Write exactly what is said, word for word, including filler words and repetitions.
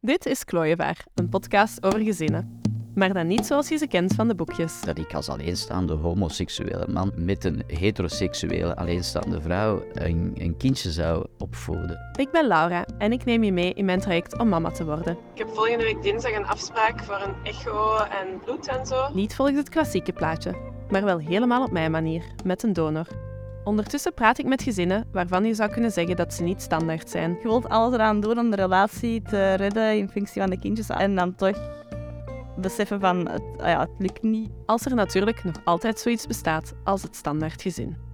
Dit is Klooievaar, een podcast over gezinnen. Maar dan niet zoals je ze kent van de boekjes. Dat ik als alleenstaande homoseksuele man met een heteroseksuele alleenstaande vrouw een, een kindje zou opvoeden. Ik ben Laura en ik neem je mee in mijn traject om mama te worden. Ik heb volgende week dinsdag een afspraak voor een echo en bloed en zo. Niet volgens het klassieke plaatje, maar wel helemaal op mijn manier, met een donor. Ondertussen praat ik met gezinnen waarvan je zou kunnen zeggen dat ze niet standaard zijn. Je wilt alles eraan doen om de relatie te redden in functie van de kindjes en dan toch beseffen van, het, ah ja, het lukt niet. Als er natuurlijk nog altijd zoiets bestaat als het standaard gezin.